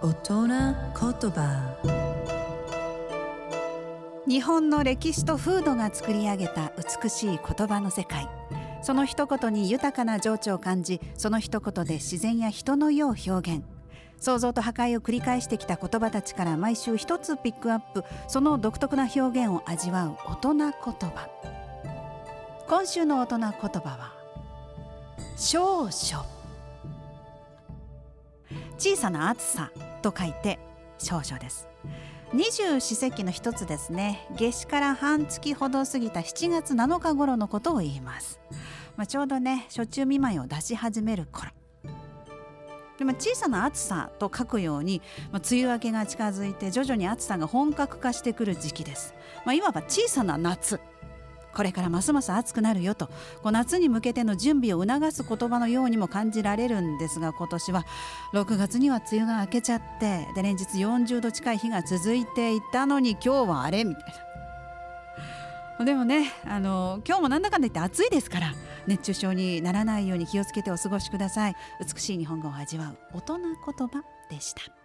大人言葉。 日本の歴史と風土が作り上げた美しい言葉の世界。その一言に豊かな情緒を感じ、その一言で自然や人の世を表現。創造と破壊を繰り返してきた言葉たちから毎週一つピックアップ、その独特な表現を味わう大人言葉。今週の大人言葉は少々。小さな暑さと書いて少々です。二十四節気の一つですね。夏至から半月ほど過ぎた7月7日頃のことを言います。ちょうどね、暑中見舞いを出し始める頃で、小さな暑さと書くように、梅雨明けが近づいて徐々に暑さが本格化してくる時期です。いわば小さな夏。これからますます暑くなるよと、夏に向けての準備を促す言葉のようにも感じられるんですが、今年は6月には梅雨が明けちゃって、で連日40度近い日が続いていたのに、今日はあれみたいな。でもね、今日もなんだかんだ言って暑いですから、熱中症にならないように気をつけてお過ごしください。美しい日本語を味わう大人言葉でした。